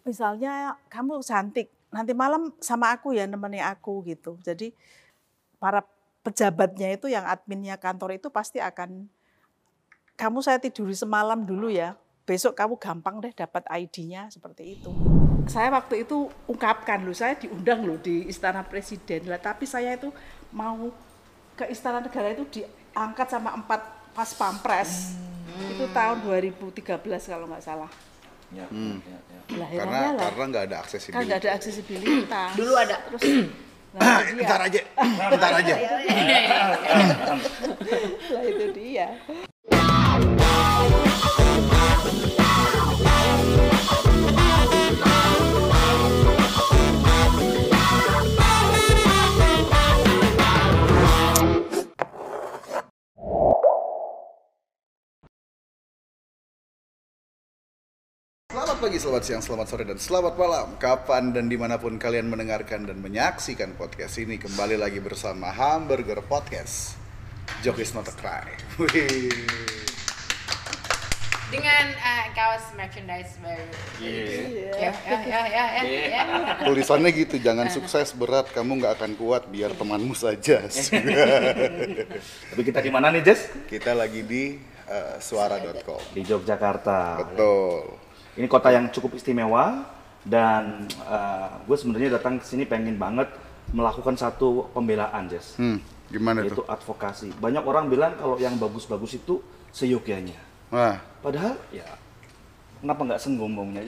misalnya kamu cantik, nanti malam sama aku ya nemeni aku gitu. Jadi para pejabatnya itu yang adminnya kantor itu pasti akan, kamu saya tiduri semalam dulu ya, besok kamu gampang deh dapat ID-nya seperti itu. Saya waktu itu ungkapkan loh, saya diundang loh di Istana Presiden lah, tapi saya itu mau ke Istana Negara itu diangkat sama 4 pas pampres. Itu tahun 2013 kalau nggak salah. Ya. Karena nggak ada aksesibilitas. Kan nggak ada aksesibilitas. Dulu ada. Terus Bentar aja. Lah itu dia. Selamat pagi, selamat siang, selamat sore, dan selamat malam. Kapan dan dimanapun kalian mendengarkan dan menyaksikan podcast ini, kembali lagi bersama Hamburger Podcast. Joke is not a crime. Dengan kaos merchandise baru. Ya. Tulisannya gitu, jangan sukses berat, kamu nggak akan kuat, biar temanmu saja. Tapi kita di mana nih, Jess? Kita lagi di suara.com. Di Yogyakarta. Betul. Ini kota yang cukup istimewa dan gue sebenarnya datang ke sini pengen banget melakukan satu pembelaan, Jess. Gimana Yaitu tuh? advokasi. Banyak orang bilang kalau yang bagus-bagus itu seyogyanya. Wah, Padahal ya kenapa nggak senggombongnya?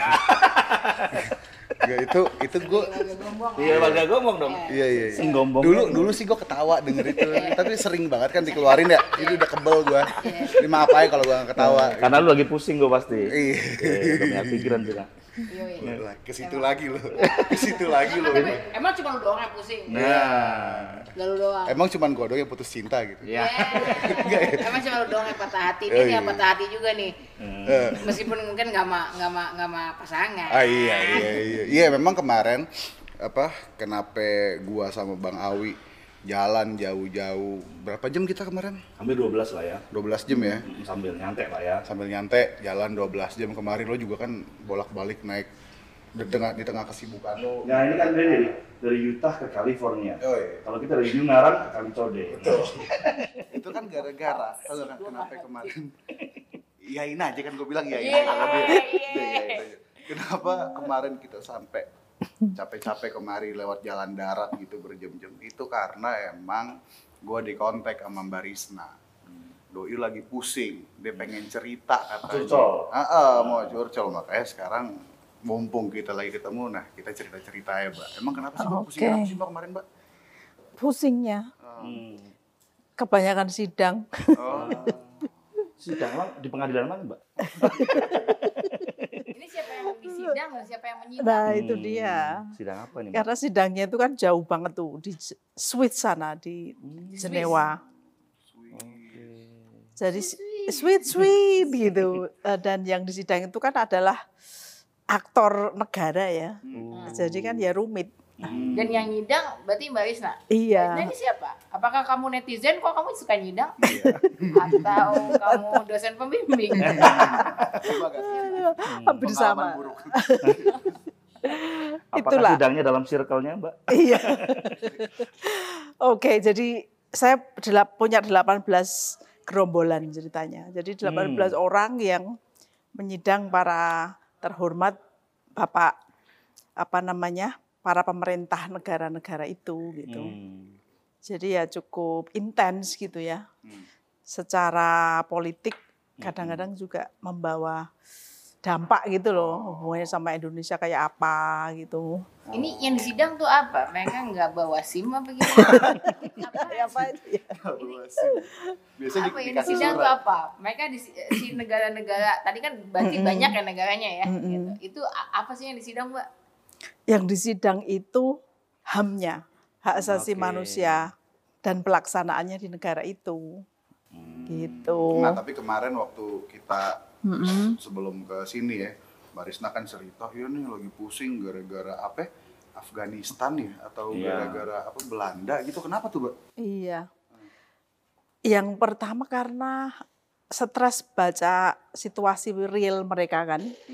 ya, itu gue. Iya, warga gomong dong. Iya. Senggombong. Dulu sih gue ketawa denger itu, tapi sering banget kan dikeluarin ya. Ini udah kebel gue. Ini maaf aja kalau gue nggak ketawa. Karena lu lagi pusing gue pasti. Iya. Udah banyak pikiran bilang. Ke situ lagi lo. Ke situ lagi lo. Tapi emang cuma lu doang yang pusing. Nah. Lalu doang. Emang cuman gue doang yang putus cinta gitu. Ya. Emang cuma lu doang yang patah hati. Ini yang patah hati juga nih. Meskipun mungkin nggak sama pasangan. Iya, memang kemarin kenapa gua sama Bang Awi jalan jauh-jauh, berapa jam kita kemarin? Hampir 12 lah ya. 12 jam ya. Sambil nyantai lah ya. Sambil nyantai jalan 12 jam kemarin. Lo juga kan bolak-balik naik di tengah kesibukan lo. Nah, ini kan dari Utah ke California. Oh, iya. Kalau kita dari Ungaran ke Kalicode. Betul. Itu kan gara-gara, tahu kan kenapa kemarin? Iyain aja kan gue bilang iyain aja. Kenapa kemarin kita sampai capek-capek kemari lewat jalan darat gitu berjam-jam? Itu karena emang gue dikontak sama Mbak Risna. Doi lagi pusing, dia pengen cerita katanya. Curcol. Mau curcol, makanya sekarang mumpung kita lagi ketemu, nah kita cerita-cerita ya, Mbak. Emang kenapa sih Mbak pusing? Kenapa sih Mbak kemarin, Mbak? Pusingnya kebanyakan sidang. Sidang di pengadilan mana, Mbak? Ini siapa yang disidang dan siapa yang menyidang? Nah itu dia. Sidang apa nih, Mbak? Karena sidangnya itu kan jauh banget tuh di Swiss sana, di Jenewa. Jadi sweet gitu. Dan yang disidang itu kan adalah aktor negara ya. Jadi kan ya rumit. Dan yang nyidang berarti Mbak Risna? Iya. Nah, ini siapa? Apakah kamu netizen kok kamu suka nyidang? Atau kamu dosen pembimbing? Hampir sama. Apakah Itulah. sidangnya dalam circle-nya, Mbak? Iya. Oke, jadi saya punya 18 gerombolan ceritanya. Jadi 18 orang yang menyidang para terhormat Bapak para pemerintah negara-negara itu gitu. Jadi ya cukup intens gitu ya. Secara politik kadang-kadang juga membawa dampak gitu loh, hubungannya sama Indonesia kayak apa gitu. Ini yang disidang tuh apa? Mereka nggak bawa SIM apa gimana? Apa itu ya? Biasanya Apa yang disidang tuh apa? Mereka si negara-negara, tadi kan berarti banyak ya negaranya ya. Gitu. Itu apa sih yang disidang, Mbak? Yang disidang itu HAM-nya, hak asasi manusia dan pelaksanaannya di negara itu. Gitu. Nah, tapi kemarin waktu kita sebelum ke sini ya, Mbak Risna kan cerita, ya nih lagi pusing gara-gara apa? Afghanistan ya atau gara-gara apa Belanda gitu. Kenapa tuh, Mbak? Iya. Yang pertama karena stres baca situasi real mereka kan.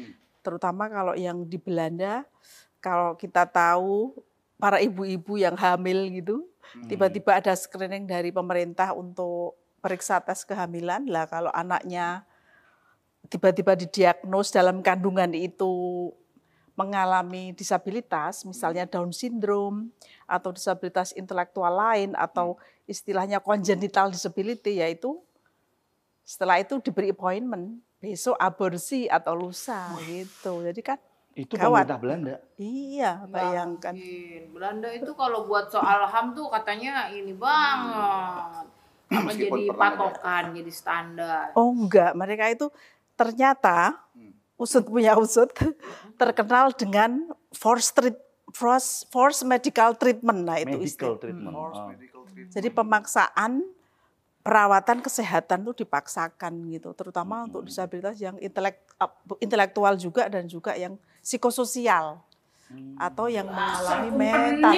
terutama kalau yang di Belanda, kalau kita tahu para ibu-ibu yang hamil gitu, tiba-tiba ada screening dari pemerintah untuk periksa tes kehamilan. Lah kalau anaknya tiba-tiba didiagnos dalam kandungan itu mengalami disabilitas, misalnya Down syndrome atau disabilitas intelektual lain atau istilahnya congenital disability, yaitu setelah itu diberi appointment, besok aborsi atau lusa gitu. Jadi kan Itu gawat. pemerintah Belanda. Iya, bayangkan. Belanda itu kalau buat soal HAM tuh katanya ini banget. Apa Meskipun jadi pernah patokan, jadi standar. Oh enggak, mereka itu ternyata punya usut terkenal dengan forced medical treatment. Nah, itu Medical treatment. Medical treatment. Jadi pemaksaan perawatan kesehatan itu dipaksakan gitu, terutama untuk disabilitas yang intelektual juga dan juga yang psikososial atau yang mengalami mental.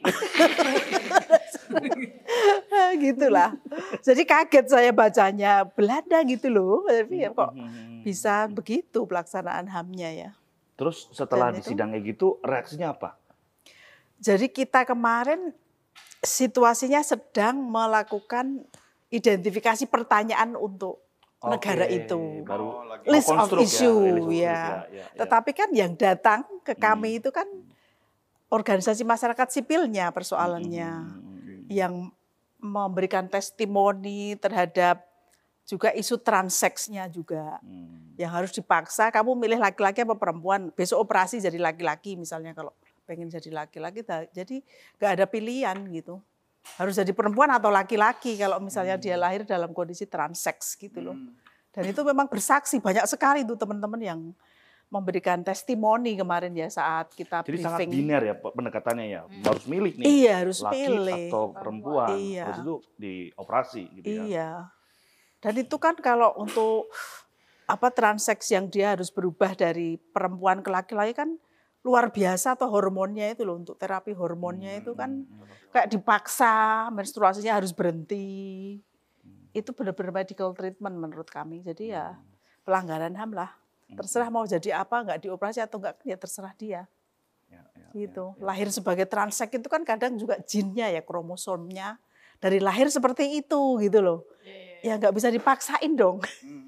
Gitulah. Jadi kaget saya bacanya Belanda gitu loh, tapi ya kok bisa begitu pelaksanaan HAM-nya ya. Terus setelah Dan di itu? sidang kayak gitu, reaksinya apa? Jadi kita kemarin situasinya sedang melakukan identifikasi pertanyaan untuk negara Oke, itu. baru List of konstruk issue list of ya. ya. Tetapi kan yang datang ke kami itu kan organisasi masyarakat sipilnya persoalannya, yang memberikan testimoni terhadap juga isu transseksnya juga, yang harus dipaksa kamu milih laki-laki apa perempuan, besok operasi jadi laki-laki misalnya kalau pengen jadi laki-laki, jadi nggak ada pilihan gitu, harus jadi perempuan atau laki-laki kalau misalnya dia lahir dalam kondisi transeks gitu loh. Dan itu memang bersaksi banyak sekali tuh teman-teman yang memberikan testimoni kemarin ya saat kita Jadi briefing. sangat biner ya pendekatannya ya. Harus milih nih. Iya, harus laki pilih. atau perempuan. Iya. Terus itu dioperasi gitu ya. Iya. Dan itu kan kalau untuk transeks yang dia harus berubah dari perempuan ke laki-laki kan luar biasa, atau hormonnya itu loh, untuk terapi hormonnya itu kan kayak dipaksa, menstruasinya harus berhenti. Itu benar-benar medical treatment menurut kami. Jadi ya pelanggaran HAM lah. Terserah mau jadi apa, nggak dioperasi atau nggak, ya terserah dia. Gitu. Lahir sebagai transeks itu kan kadang juga jinnya ya, kromosomnya dari lahir seperti itu gitu loh. Ya nggak bisa dipaksain dong.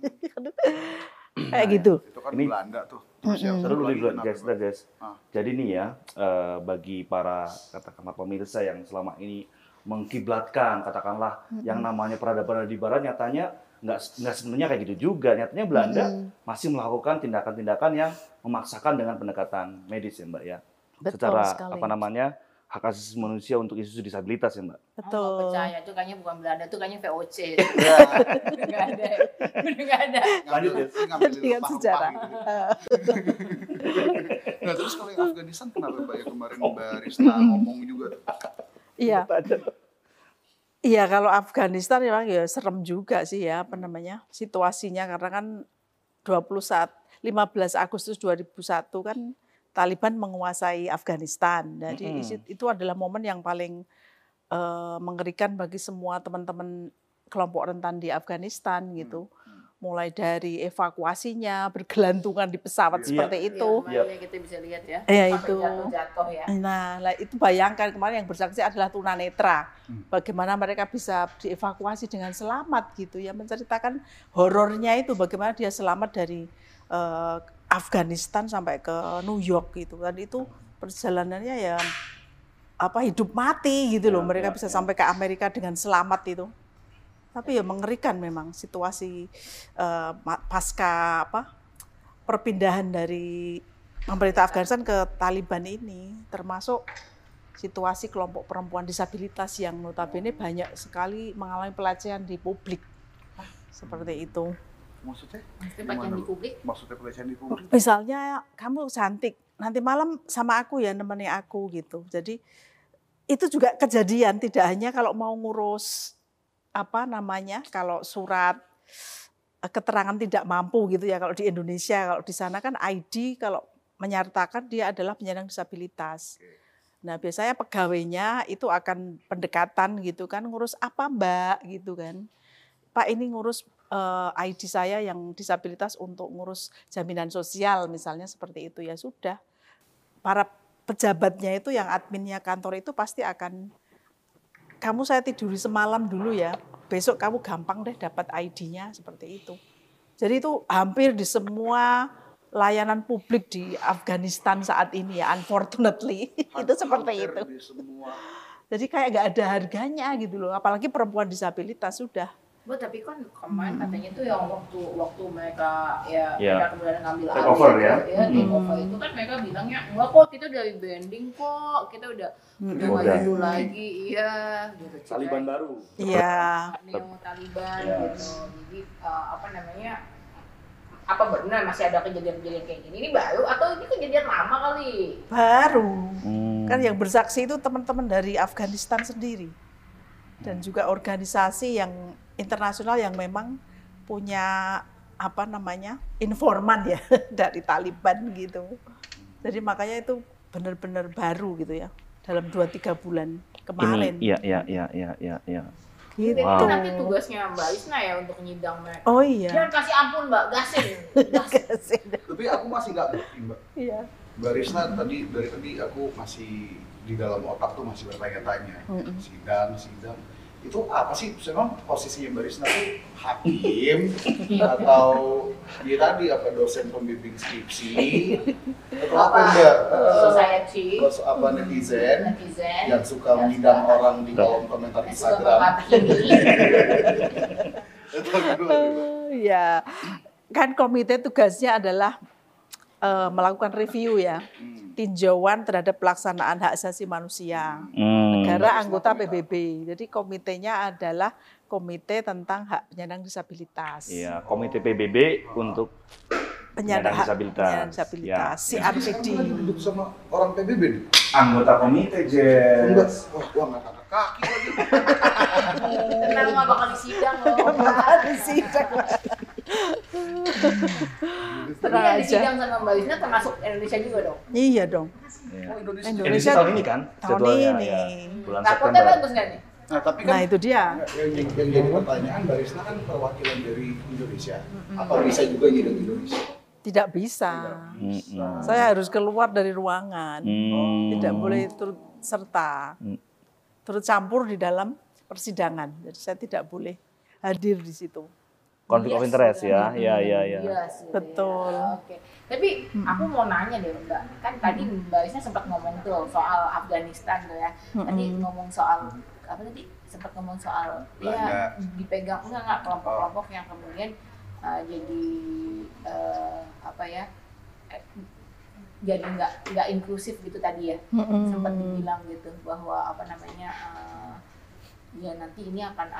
Kayak gitu. Itu kan Ini Belanda tuh. Terus yang Seru satu lagi dulu kenapa, Mbak? guys. Jadi nih ya, bagi para katakanlah pemirsa yang selama ini mengkiblatkan katakanlah yang namanya peradaban di barat, nyatanya nggak sebenarnya kayak gitu juga. Nyatanya Belanda masih melakukan tindakan-tindakan yang memaksakan dengan pendekatan medis ya Mbak ya. Betul Secara sekali. hak asasi manusia untuk isu disabilitas ya Mbak. Betul. Nggak percaya, itu kayaknya bukan Belanda, itu kayaknya VOC. Ya, Udah nggak ada. Udah nggak ada. Lanjut, ya. ngambil Ingat sejarah. Nah terus kalau yang Afghanistan kenapa Mbak ya kemarin Mbak Rista ngomong juga tuh? Iya. Iya, kalau Afghanistan memang ya serem juga sih ya, situasinya, karena kan 15 Agustus 2001 kan Taliban menguasai Afghanistan. Jadi itu adalah momen yang paling mengerikan bagi semua teman-teman kelompok rentan di Afghanistan gitu. Mulai dari evakuasinya, bergelantungan di pesawat seperti itu. Iya, kemarin kita bisa lihat ya. Iya, Sampai itu. jatuh-jatuh ya. Nah, itu bayangkan kemarin yang bersaksi adalah tunanetra. Bagaimana mereka bisa dievakuasi dengan selamat gitu ya, menceritakan horornya itu, bagaimana dia selamat dari Afghanistan sampai ke New York gitu kan. Itu perjalanannya ya hidup mati gitu loh. Mereka bisa sampai ke Amerika dengan selamat itu. Tapi ya mengerikan memang situasi pasca perpindahan dari pemerintah Afghanistan ke Taliban ini, termasuk situasi kelompok perempuan disabilitas yang notabene banyak sekali mengalami pelecehan di publik. Seperti itu. Maksudnya? Pelecehan di publik? Maksudnya pelecehan di publik? Misalnya kamu cantik, nanti malam sama aku ya, nemeni aku gitu. Jadi itu juga kejadian, tidak hanya kalau mau ngurus kalau surat keterangan tidak mampu gitu ya, kalau di Indonesia, kalau di sana kan ID kalau menyertakan dia adalah penyandang disabilitas. Nah, biasanya pegawainya itu akan pendekatan gitu kan, ngurus apa Mbak gitu kan. Pak ini ngurus ID saya yang disabilitas untuk ngurus jaminan sosial misalnya seperti itu, ya sudah. Para pejabatnya itu yang adminnya kantor itu pasti akan, kamu saya tiduri semalam dulu ya, besok kamu gampang deh dapat ID-nya seperti itu. Jadi itu hampir di semua layanan publik di Afghanistan saat ini ya, unfortunately itu seperti itu. Jadi kayak nggak ada harganya gitu loh, apalagi perempuan disabilitas sudah. Bu, tapi kan kemarin katanya tuh yang waktu mereka mereka kemudian ngambil take over ya, take over itu kan mereka bilangnya enggak kok, kita udah rebranding kok, kita udah maju lagi, iya gitu. Taliban baru. Iya. Neo Taliban gitu. Jadi apa namanya? Apa benar masih ada kejadian-kejadian kayak gini? Ini baru atau ini kejadian lama kali? Baru. Kan yang bersaksi itu teman-teman dari Afghanistan sendiri. Dan juga organisasi yang internasional yang memang punya apa namanya informan ya dari Taliban gitu. Jadi makanya itu benar-benar baru gitu ya dalam 2-3 bulan kemarin. Iya. Gitu. Itu nanti tugasnya Mbak Isna ya untuk nyidang mereka. Oh iya. Jangan kasih ampun Mbak, gasin. Tapi aku masih nggak ngerti Mbak. Iya. Mbak Risna dari tadi aku masih di dalam otak tuh masih bertanya-tanya. Sidang. Itu apa sih memang posisinya Mbak Risna tuh hakim atau dia tadi apa dosen pembimbing skripsi atau apa Mbak? Society. Apa netizen yang suka menyidang orang di kolom komentar Instagram. Ya, kan komite tugasnya adalah melakukan review ya, tinjauan terhadap pelaksanaan hak asasi manusia negara anggota PBB. Jadi komitenya adalah komite tentang hak penyandang disabilitas. Iya, komite PBB untuk penyandang disabilitas. CRPD. Duduk sama orang PBB nih. Anggota komite, Jess. Wah, gua nggak angkat kaki lagi. Tenang, nggak bakal disidang loh. Tenang aja. Disidang sama Mbak Isna termasuk Indonesia juga dong? Iya dong. Indonesia tahun ini kan? Tahun ini. Ya. Bulan Rapotnya September. bagus nggak nih? Nah itu dia. Yang jadi pertanyaan, Mbak Risna kan perwakilan dari Indonesia. Apa bisa juga nyidang Indonesia? Tidak bisa. Saya harus keluar dari ruangan. Tidak boleh turut serta. Turut campur di dalam persidangan. Jadi saya tidak boleh hadir di situ. Konflik of interest ya. Iya. Betul. Oke. Tapi aku mau nanya deh Mbak. Kan tadi Mbak Isna sempat ngomong tuh soal Afghanistan tuh ya. Tadi ngomong soal apa tadi? Sempat ngomong soal ya dipegang enggak kelompok-kelompok yang kemudian jadi apa ya? Jadi nggak inklusif gitu tadi ya. Sempat dibilang gitu bahwa apa namanya ya nanti ini akan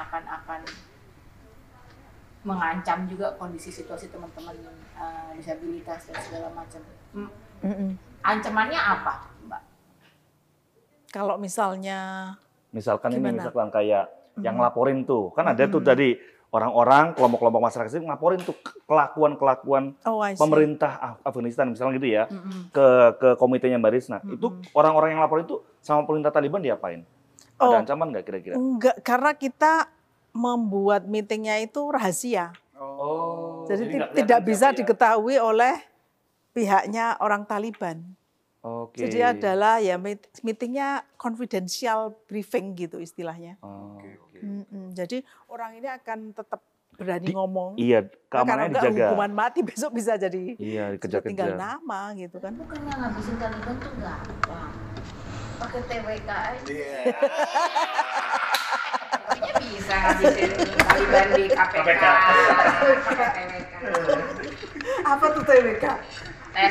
mengancam juga kondisi situasi teman-teman disabilitas dan segala macam. Ancamannya apa, Mbak? Kalau misalkan ini misalkan kayak yang ngelaporin tuh, kan ada tuh tadi orang-orang kelompok-kelompok masyarakat itu ngelaporin tuh kelakuan pemerintah Afghanistan misalnya gitu ya ke komitenya Mbak Risna. Itu orang-orang yang laporin itu sama pemerintah Taliban diapain? Ada ancaman nggak kira-kira? Enggak, karena kita membuat meetingnya itu rahasia. Jadi tidak bisa diketahui oleh pihaknya orang Taliban. Jadi adalah ya meetingnya confidential briefing gitu istilahnya. Jadi orang ini akan tetap berani ngomong. Iya, keamanannya dijaga. Hukuman mati besok bisa jadi. Iya, dikejar-kejar. Tinggal nama gitu kan. Bukannya ngabisin Taliban tuh gampang. Pakai TWK aja. Pokoknya bisa ngabisin Taliban di KPK. TWK. Apa tuh TWK? Tes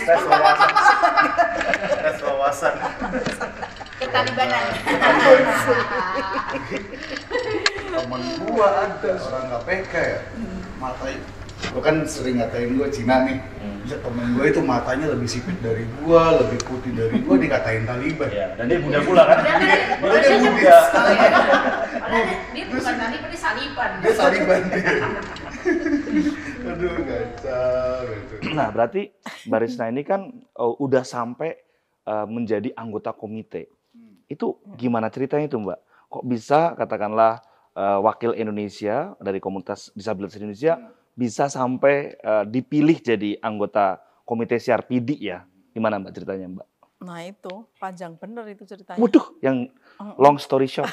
wawasan. Ketalibanan. Temen gua ada orang KPK ya, matanya, gua kan sering ngatain gua Cina nih. Bisa temen gua itu matanya lebih sipit dari gua, lebih putih dari gua, dikatain Taliban. Iya, dan dia muda pula kan? Dia muda. Dia bukan Taliban, dia Saliban. Dia Taliban dia. Aduh, kacau. Nah, berarti Mbak Risna ini kan udah sampai menjadi anggota komite. Itu gimana ceritanya itu Mbak? Kok bisa katakanlah wakil Indonesia dari komunitas disabilitas Indonesia bisa sampai dipilih jadi anggota komite CRPD ya? Gimana Mbak ceritanya Mbak? Nah itu panjang bener itu ceritanya. Waduh, yang long story short,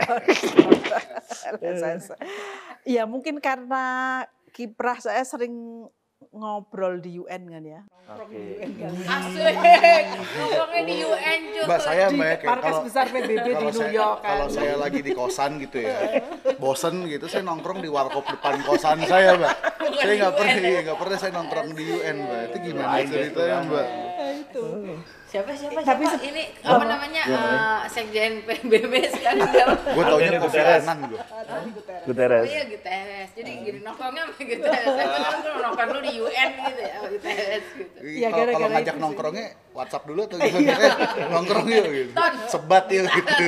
Iya mungkin karena kiprah saya sering ngobrol di UN kan ya. Oke. Asik, ngomongnya di UN cuy. Mbak, saya Di kayak markas besar PBB di New York kan. kalau saya lagi di kosan gitu ya, bosen gitu, saya nongkrong di warkop depan kosan saya, Mbak. Saya nggak pernah saya nongkrong di UN, Mbak. Itu gimana ceritanya, Mbak? Itu. Siapa Tapi ini apa namanya sekjen PBB sekarang siapa? Gue taunya Kofi Annan gue. Guterres. Oh iya Guterres. Jadi gini nongkrongnya sama Guterres. Saya kan nongkrong dulu di UN gitu ya, Guterres gitu. Ya, Kalau gara-gara ngajak itu nongkrongnya WhatsApp dulu atau gimana? Nongkrong yuk gitu. Sebat yuk gitu.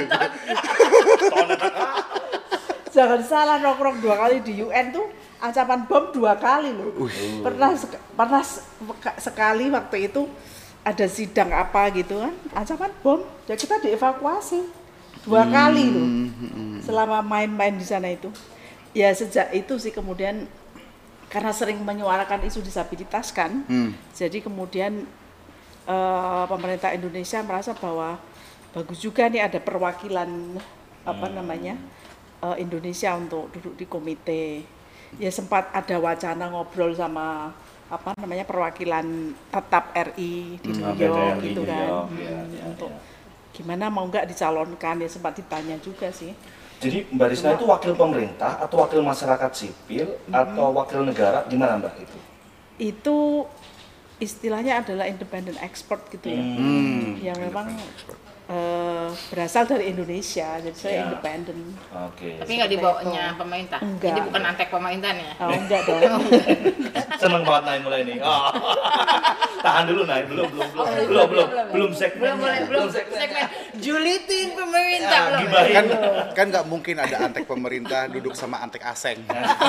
Jangan salah, nongkrong 2 kali di UN tuh ancaman bom 2 kali loh. Pernah sekali waktu itu ada sidang apa gitu kan, ancaman bom, ya kita dievakuasi 2 kali loh selama main-main di sana itu. Ya sejak itu sih kemudian karena sering menyuarakan isu disabilitas kan, jadi kemudian pemerintah Indonesia merasa bahwa bagus juga nih ada perwakilan apa namanya Indonesia untuk duduk di komite. Ya sempat ada wacana ngobrol sama apa namanya perwakilan tetap RI di New York gitu kan, untuk gimana mau nggak dicalonkan, ya sempat ditanya juga sih. Jadi Mbak Risna itu wakil pemerintah atau wakil masyarakat sipil atau wakil negara, gimana Mbak itu? Itu istilahnya adalah independent expert gitu ya, yang memang berasal dari Indonesia, jadi saya independen. Oke. Tapi nggak dibawanya pemerintah. Enggak. Jadi bukan antek pemerintahnya. Oh enggak dong. Seneng banget Nay mulai nih. Oh. Tahan dulu Nay, belum segmen. Belum segmen julitin pemerintah belum. Kan nggak mungkin ada antek pemerintah duduk sama antek aseng.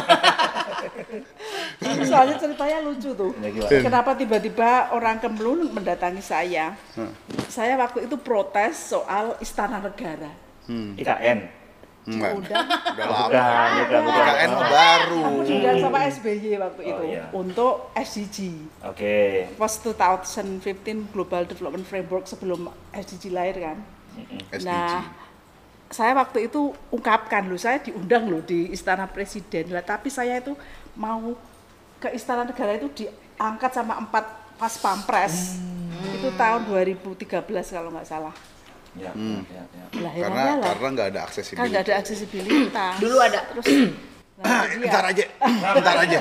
Soalnya ceritanya lucu tuh. Ya, gimana? Kenapa tiba-tiba orang Kemlu mendatangi saya? Saya waktu itu protes soal Istana Negara. IKN. Udah lama. Bukan. IKN baru. Diundang sama SBY waktu itu iya. untuk SDG. Oke. Post 2015 Global Development Framework sebelum SDG lahir kan. SDG. Nah, saya waktu itu ungkapkan loh, saya diundang loh di Istana Presiden lah, tapi saya itu mau ke Istana Negara itu diangkat sama 4 pas pampres. Itu tahun 2013 kalau nggak salah. Ya. Lah, Karena nggak ada kan aksesibilitas. nggak ada aksesibilitas. Dulu ada. Terus nah, itu dia. Bentar aja.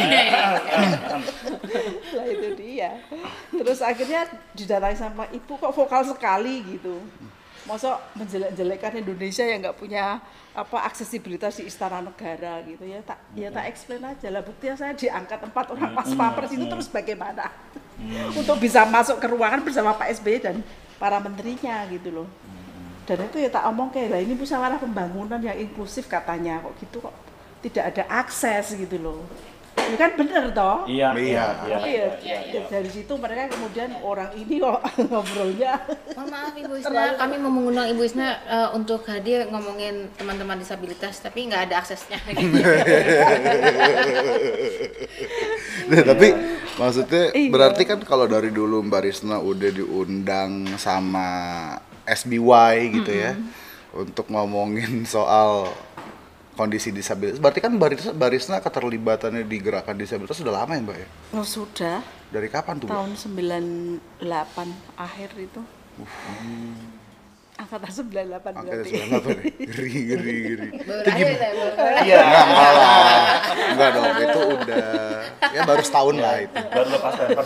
Lah itu dia. Terus akhirnya didatangi sama ibu, kok vokal sekali gitu. Masa menjelek-jelekkan Indonesia yang nggak punya apa aksesibilitas di Istana Negara gitu ya, tak explain aja lah, buktinya saya diangkat 4 orang pas pampres itu, terus bagaimana untuk bisa masuk ke ruangan bersama Pak SBY dan para menterinya gitu loh. Dan itu ya tak omong kayak lah, ini musyawarah pembangunan yang inklusif katanya, kok gitu kok tidak ada akses gitu loh. Ya kan bener toh? Iya. Tapi ya, dari situ mereka kemudian orang ini kok ngobrolnya. Maaf Ibu Isna, kami mau mengundang Ibu Isna untuk hadir ngomongin teman-teman disabilitas, tapi nggak ada aksesnya. Nah, tapi maksudnya berarti kan kalau dari dulu Mbak Risna udah diundang sama SBY gitu ya untuk ngomongin soal kondisi disabilitas. Berarti kan Mbak Risna keterlibatannya di gerakan disabilitas sudah lama ya Mbak ya? Oh sudah. Dari kapan tuh Mbak? Tahun 98 akhir itu. Angkatan 98 Angkatan berarti. 98 Ngeri. Berakhir ya, Iya. Enggak lah. Enggak dong, itu udah ya baru setahun lah itu. Baru lepas pampers.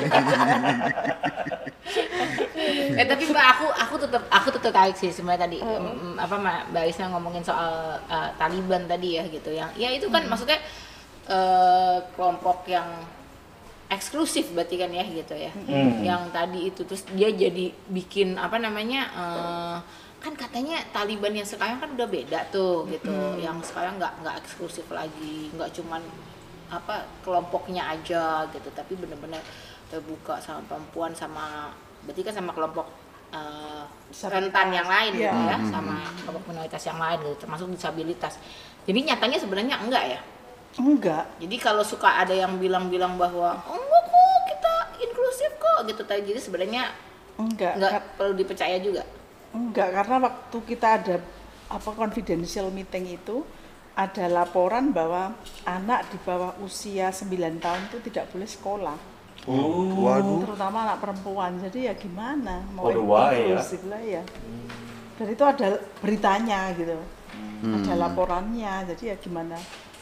Tapi Mbak, aku tetap tertarik sih sebenarnya tadi apa Mbak Isna ngomongin soal Taliban tadi ya gitu, yang ya itu kan maksudnya kelompok yang eksklusif berarti kan ya gitu ya, yang tadi itu terus dia jadi bikin apa namanya kan katanya Taliban yang sekarang kan udah beda tuh gitu, yang sekarang nggak eksklusif lagi, nggak cuman apa kelompoknya aja gitu, tapi benar-benar terbuka sama perempuan, sama berarti kan sama kelompok rentan yang lain gitu Iya. ya, sama kelompok minoritas yang lain gitu, termasuk disabilitas. Jadi nyatanya sebenarnya enggak ya. Enggak. Jadi kalau suka ada yang bilang-bilang bahwa enggak kok kita inklusif kok gitu tadi, jadi sebenarnya enggak perlu dipercaya juga. Enggak, karena waktu kita ada confidential meeting itu ada laporan bahwa anak di bawah usia 9 tahun itu tidak boleh sekolah. Waduh. Terutama anak perempuan. Jadi ya gimana mau Waduh, wah, ya. inklusif lah ya. Dan itu ada beritanya gitu. Ada laporannya. Jadi ya gimana?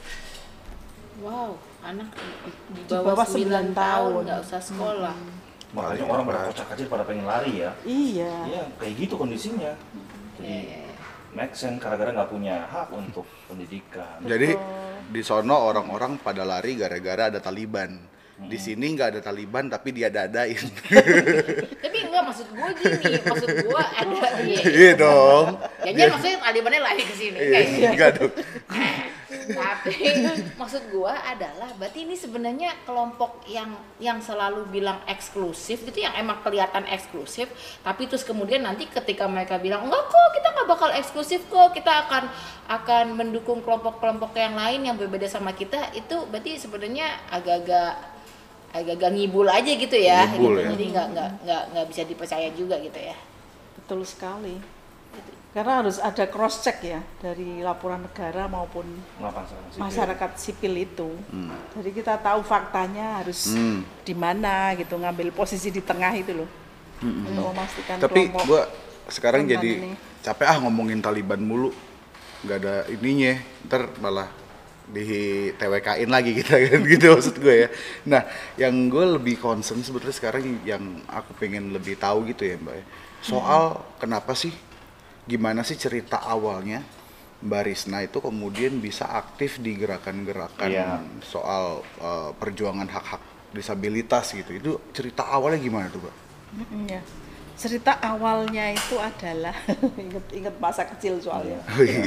Wow, anak di Di bawah 9 tahun. nggak usah sekolah. Makanya orang pada kocak aja pada pengen lari ya. Iya. Iya, kayak gitu kondisinya. Jadi make sense gara-gara nggak punya hak untuk pendidikan. Jadi di sono orang-orang pada lari gara-gara ada Taliban. Di sini nggak ada Taliban tapi dia dadain. Tapi enggak, maksud gue gini, maksud gue ada Iya dong. Jangan maksudnya Talibannya lari ke sini kayak gitu. Enggak dong. Tapi maksud gue adalah berarti ini sebenarnya kelompok yang selalu bilang eksklusif gitu, yang emang kelihatan eksklusif, tapi terus kemudian nanti ketika mereka bilang enggak kok kita nggak bakal eksklusif kok, kita akan mendukung kelompok-kelompok yang lain yang berbeda sama kita, itu berarti sebenarnya agak-agak ngibul aja gitu ya, Ngibul, gitu. ya. Jadi nggak bisa dipercaya juga gitu ya. Betul sekali. Karena harus ada cross check ya dari laporan negara maupun masyarakat sipil itu. Jadi kita tahu faktanya harus di mana gitu, ngambil posisi di tengah itu loh. Untuk memastikan Tapi kelompok gua sekarang rentan jadi ini. capek ngomongin Taliban mulu. Nggak ada ininya, ntar malah di TWK-in lagi kita kan gitu maksud gue ya. Nah, yang gue lebih concern sebetulnya sekarang yang aku pengen lebih tahu gitu ya Mbak ya. Soal kenapa sih, gimana sih cerita awalnya Mbak Risna itu kemudian bisa aktif di gerakan-gerakan soal perjuangan hak-hak disabilitas gitu. Itu cerita awalnya gimana tuh Mbak? Ya. Cerita awalnya itu adalah inget masa kecil soalnya.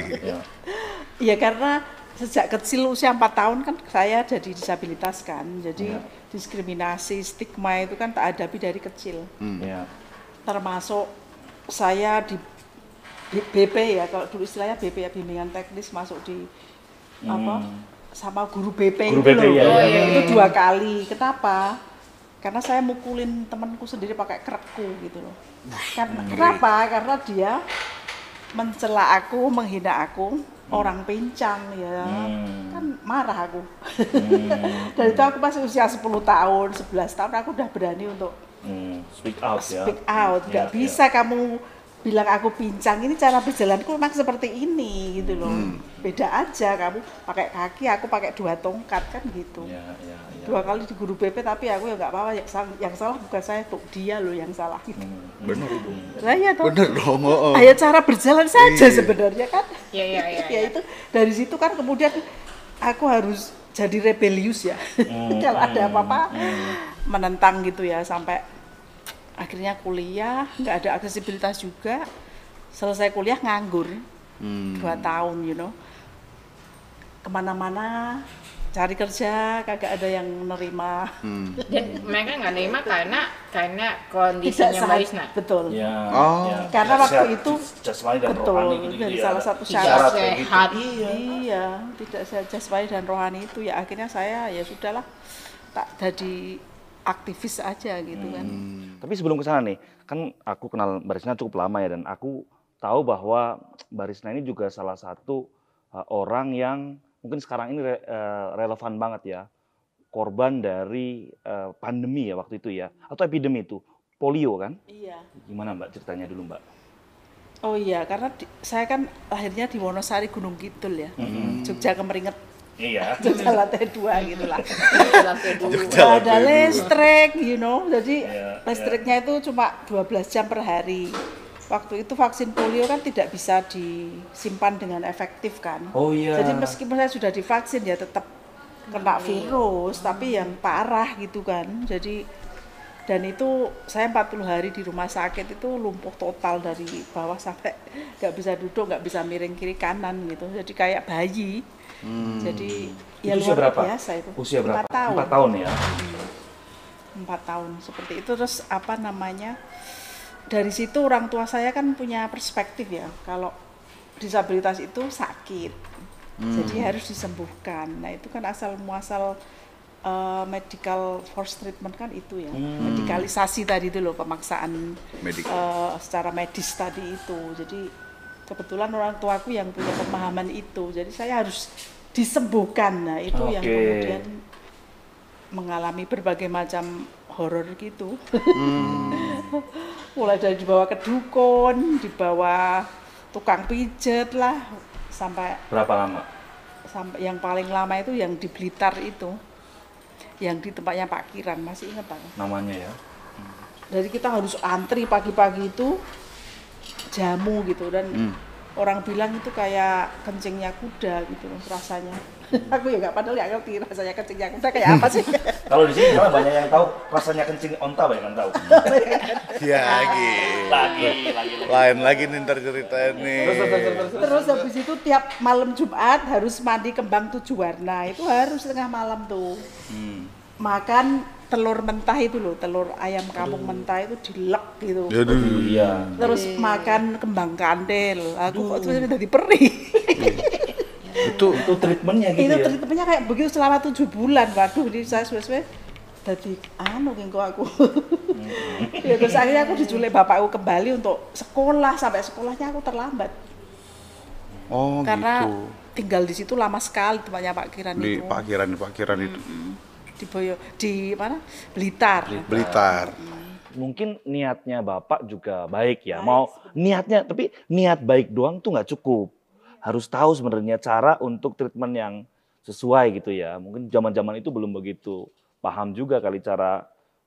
Iya karena sejak kecil usia 4 tahun kan saya jadi disabilitas kan, jadi diskriminasi, stigma itu kan tak hadapi dari kecil. Termasuk saya di BP ya, kalau dulu istilahnya BP ya, bimbingan teknis, masuk di sama guru BP Guru itu BP, loh. ya. Itu 2 kali. Kenapa? Karena saya mukulin temanku sendiri pakai kerekku gitu loh. Kenapa? Karena dia mencela aku, menghina aku, orang pincang ya, kan marah aku. Dan itu aku masih usia 10 tahun, 11 tahun aku udah berani untuk speak out ya. Speak out, nggak bisa kamu bilang aku pincang, ini cara berjalanku memang seperti ini gitu loh. Beda aja, kamu pakai kaki, aku pakai 2 tongkat kan gitu. 2 kali di guru BP, tapi aku ya nggak apa-apa, yang salah bukan saya, tuh dia loh yang salah gitu. Bener itu. Nah, ya toh. Bener dong. Ayo cara berjalan saja sebenarnya kan. Iya. Ya itu dari situ kan kemudian aku harus jadi rebelius ya. Kalau ada apa-apa menentang gitu ya, sampai akhirnya kuliah, nggak ada aksesibilitas juga. Selesai kuliah nganggur 2 tahun, kemana-mana cari kerja, kagak ada yang menerima. Dan mereka nggak nerima karena kondisinya Mbak Risna. Betul. Karena waktu itu jasmani dan betul, rohani gitu dari ya. salah satu Tidak syarat kayak gitu. sehat. Iya, tidak sehat jasmani dan rohani itu ya, akhirnya saya ya sudahlah, tak jadi aktivis aja gitu kan. Tapi sebelum ke sana nih, kan aku kenal Mbak Risna cukup lama ya, dan aku tahu bahwa Mbak Risna ini juga salah satu orang yang mungkin sekarang ini relevan banget ya, korban dari pandemi ya waktu itu ya, atau epidemi itu, polio kan? Iya. Gimana Mbak ceritanya dulu Mbak? Oh iya, karena saya kan lahirnya di Wonosari Gunung Kidul ya, Jogja Kemeringet. Iya. Jogja lantai 2 gitu lah. Jogja Ada listrik, jadi Iya, listriknya itu cuma 12 jam per hari. Waktu itu vaksin polio kan tidak bisa disimpan dengan efektif kan. Oh iya. Jadi meskipun saya sudah divaksin ya tetap kena virus, tapi yang parah gitu kan. Jadi dan itu saya 40 hari di rumah sakit itu lumpuh total dari bawah sampai nggak bisa duduk, nggak bisa miring kiri kanan gitu. Jadi kayak bayi. Jadi ya Usia luar berapa? biasa itu. Usia berapa? 4 tahun. 4 tahun ya. 4 tahun seperti itu. Terus dari situ orang tua saya kan punya perspektif ya, kalau disabilitas itu sakit, jadi harus disembuhkan. Nah itu kan asal muasal medical force treatment kan itu ya, medikalisasi tadi itu loh, pemaksaan secara medis tadi itu. Jadi kebetulan orang tuaku yang punya pemahaman itu, jadi saya harus disembuhkan. Nah itu yang kemudian mengalami berbagai macam horor gitu. Mulai dari dibawa ke dukun, dibawa tukang pijet lah, sampai Berapa lama? Sampai yang paling lama itu yang di Blitar itu, yang di tempatnya Pak Kiran, masih ingat Pak? Namanya ya. Jadi kita harus antri pagi-pagi itu jamu gitu, dan orang bilang itu kayak kencingnya kuda gitu rasanya. Aku ya nggak, padahal nggak ngerti rasanya kencingnya kuda kayak apa sih. Kalau di sini malah banyak yang tahu rasanya kencing onta, banyak yang tahu. Ya Lagi. lain lagi nih ntar ceritain nih. Terus habis itu tiap malam Jumat harus mandi kembang 7 warna, itu harus tengah malam tuh. Makan telur mentah itu loh, telur ayam kampung mentah itu dilek gitu. Iya. Terus makan kembang kandel, aku kok terus jadi perih. Itu treatmentnya gitu Itu ya. treatmentnya kayak begitu selama 7 bulan. Waduh, ini saya suwe-suwe jadi kengko aku. Ya, terus akhirnya aku diculik bapakku kembali untuk sekolah, sampai sekolahnya aku terlambat. Oh Karena gitu. tinggal di situ lama sekali tempatnya Pak Kiran Di itu. Pak Kiran itu. Di mana? Blitar. Blitar. Mungkin niatnya Bapak juga baik ya. Mau niatnya, tapi niat baik doang tuh nggak cukup. Harus tahu sebenarnya cara untuk treatment yang sesuai gitu ya. Mungkin zaman-zaman itu belum begitu paham juga kali cara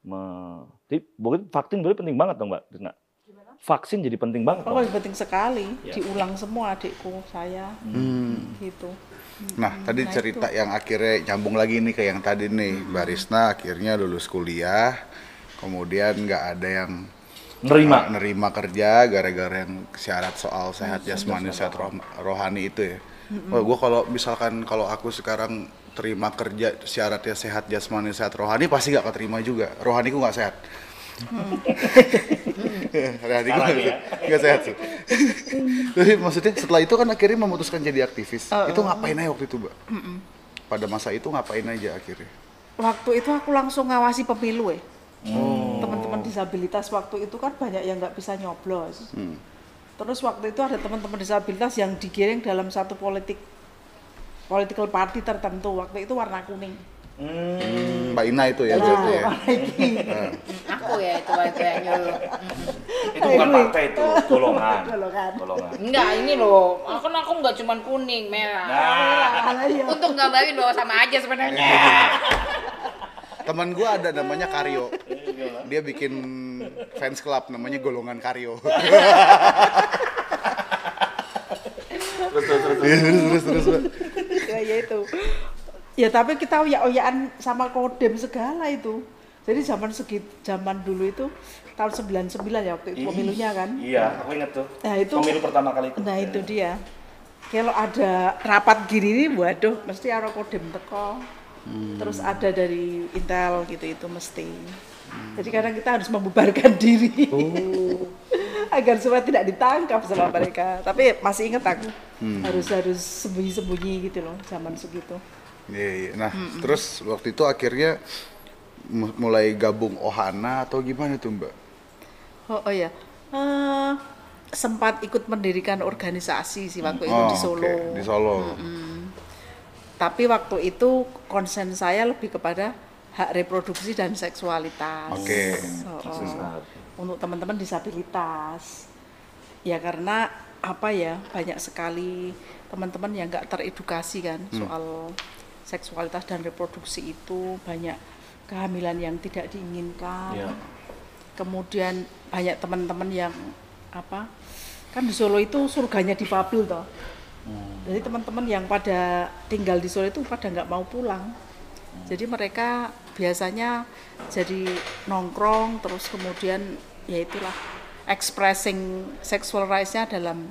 vaksin berarti penting banget dong, Mbak. Vaksin jadi penting banget. Oh, penting sekali. Ya. Diulang semua adikku saya. Gitu. Nah, tadi cerita yang akhirnya nyambung lagi nih ke yang tadi nih. Mbak Risna akhirnya lulus kuliah, kemudian nggak ada yang nerima kerja gara-gara yang syarat soal sehat jasmani, sehat rohani itu ya. Gue kalau misalkan kalau aku sekarang terima kerja syaratnya sehat jasmani, sehat rohani, pasti nggak keterima juga. Rohaniku nggak sehat. Rohaniku nggak sehat sih. Tapi maksudnya setelah itu kan akhirnya memutuskan jadi aktivis. Itu ngapain aja waktu itu, Mbak? Pada masa itu ngapain aja akhirnya? Waktu itu aku langsung ngawasi pemilu ya. Teman-teman disabilitas waktu itu kan banyak yang nggak bisa nyoblos. Terus waktu itu ada teman-teman disabilitas yang digiring dalam satu political party tertentu. Waktu itu warna kuning. Mbak Ina itu ya, Nah, ya. Aku ya itu yang nyuruh. Itu bukan partai, itu golongan. Enggak, ini loh. Aku nggak cuma kuning, merah. Untuk gambarin bahwa sama aja sebenarnya. Teman gue ada namanya Karyo. Dia bikin fans club namanya Golongan Karyo. Terus. Ya itu. Ya tapi kita oyak-oyakan sama Kodem segala itu. Jadi zaman dulu itu tahun 99 ya waktu itu pemilunya kan. Iya, aku ingat tuh. Nah, itu pemilu pertama kali itu. Nah, itu dia. Kalau ada rapat gini nih, waduh, mesti ada Kodem teko. Terus ada dari Intel gitu itu mesti. Jadi kadang kita harus membubarkan diri agar supaya tidak ditangkap sama mereka. Tapi masih ingat aku harus sembunyi-sembunyi gitu loh zaman segitu. Iya. Nah terus waktu itu akhirnya mulai gabung Ohana atau gimana tuh, Mbak? Oh ya, sempat ikut mendirikan organisasi sih waktu itu di Solo. Okay. Di Solo. Tapi waktu itu konsen saya lebih kepada hak reproduksi dan seksualitas. Oke. Untuk teman-teman disabilitas. Ya karena apa ya, banyak sekali teman-teman yang nggak teredukasi kan soal seksualitas dan reproduksi itu, banyak kehamilan yang tidak diinginkan. Yeah. Kemudian banyak teman-teman yang kan di Solo itu surganya difabel toh. Jadi teman-teman yang pada tinggal di Solo itu pada nggak mau pulang. Jadi mereka biasanya jadi nongkrong terus kemudian ya itulah expressing sexual rights-nya dalam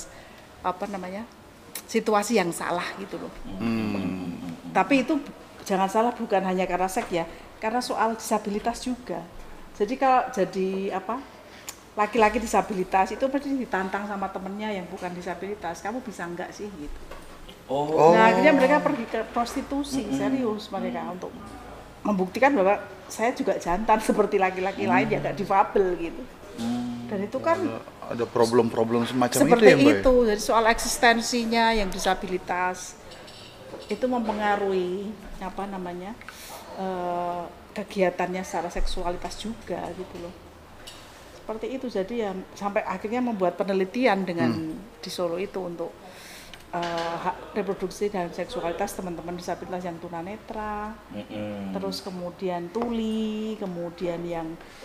situasi yang salah gitu loh. Tapi itu jangan salah, bukan hanya karena seks ya, karena soal disabilitas juga. Jadi kalau laki-laki disabilitas itu pasti ditantang sama temennya yang bukan disabilitas, kamu bisa enggak sih gitu. Oh. Nah akhirnya mereka pergi ke prostitusi, serius mereka untuk membuktikan bahwa saya juga jantan seperti laki-laki lain yang nggak difabel gitu. Dan itu kan ada problem-problem semacam seperti itu ya Mbak? itu, jadi soal eksistensinya yang disabilitas itu mempengaruhi apa namanya kegiatannya secara seksualitas juga gitu loh. Seperti itu, jadi ya sampai akhirnya membuat penelitian dengan di Solo itu untuk hak reproduksi dan seksualitas teman-teman disabilitas yang tunanetra, terus kemudian tuli, kemudian yang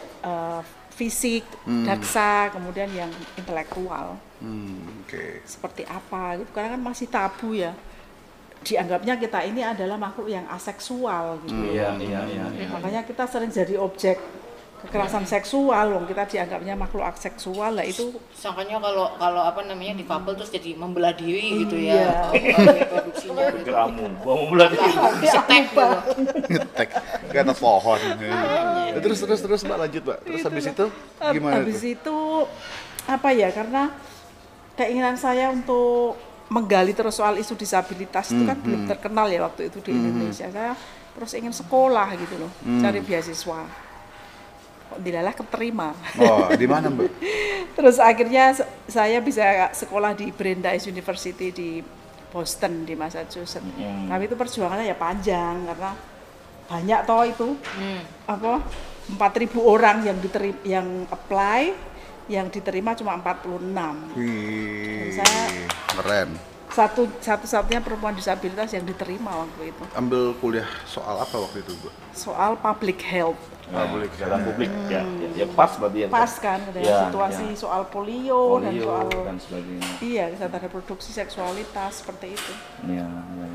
fisik, daksa, kemudian yang intelektual. Seperti apa gitu, karena kan masih tabu ya. Dianggapnya kita ini adalah makhluk yang aseksual gitu. Iya. Makanya kita sering jadi objek kekerasan seksual, wong kita dianggapnya makhluk aseksual lah itu. Sangkanya kalau apa namanya difabel terus jadi membelah diri gitu Iya. ya. Reproduksinya gitu. Geramun, gua mau bulan Setek gitu. Ngetek ke atas pohon. Terus Mbak lanjut Mbak. Terus habis itu gimana Habis tuh? itu apa ya, karena keinginan saya untuk menggali terus soal isu disabilitas itu kan belum terkenal ya waktu itu di Indonesia. Saya terus ingin sekolah gitu loh, cari beasiswa. Kok dilalah keterima. Oh, di mana Mbak? Terus akhirnya saya bisa sekolah di Brandeis University di Boston di Massachusetts. Tapi itu perjuangannya ya panjang karena banyak toh itu apa 4.000 orang yang apply, yang diterima cuma 46. Wih, Saya keren. Satu-satunya perempuan disabilitas yang diterima waktu itu. Ambil kuliah soal apa waktu itu Bu? Soal public health. kesehatan publik ya pas berarti ya. Pas kan dengan Ya, situasi ya. soal polio dan soal dan sebagainya. iya kesehatan reproduksi seksualitas seperti itu. Iya.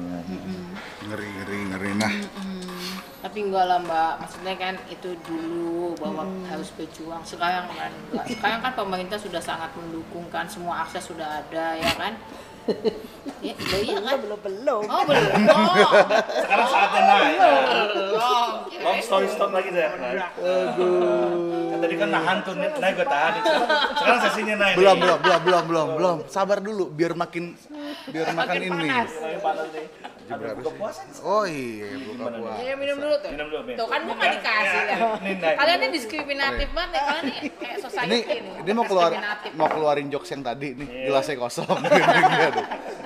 Ngeri. Nah, Tapi enggak lah Mbak, maksudnya kan itu dulu bahwa harus berjuang. Sekarang kan enggak. Sekarang kan pemerintah sudah sangat mendukung kan, semua akses sudah ada ya kan. Ya, iya kan? Belum. Oh belum. Sekarang saatnya naik. Belum. Long story short lagi saya. Aduh. Tadi kan nahan tuh naik gue tahan. Sekarang sesinya naik. belum. Sabar dulu biar makin ini. Panas nih. Ada buka puasa nih. Oh iya, buka puasa. Ya, minum dulu tuh. Minum dulu, Min. Tuh kan bukan dikasih ya. Kalian ini diskriminatif banget ya. Kalian ini kayak society nih. Ini mau keluarin jokes yang tadi nih, gelasnya kosong.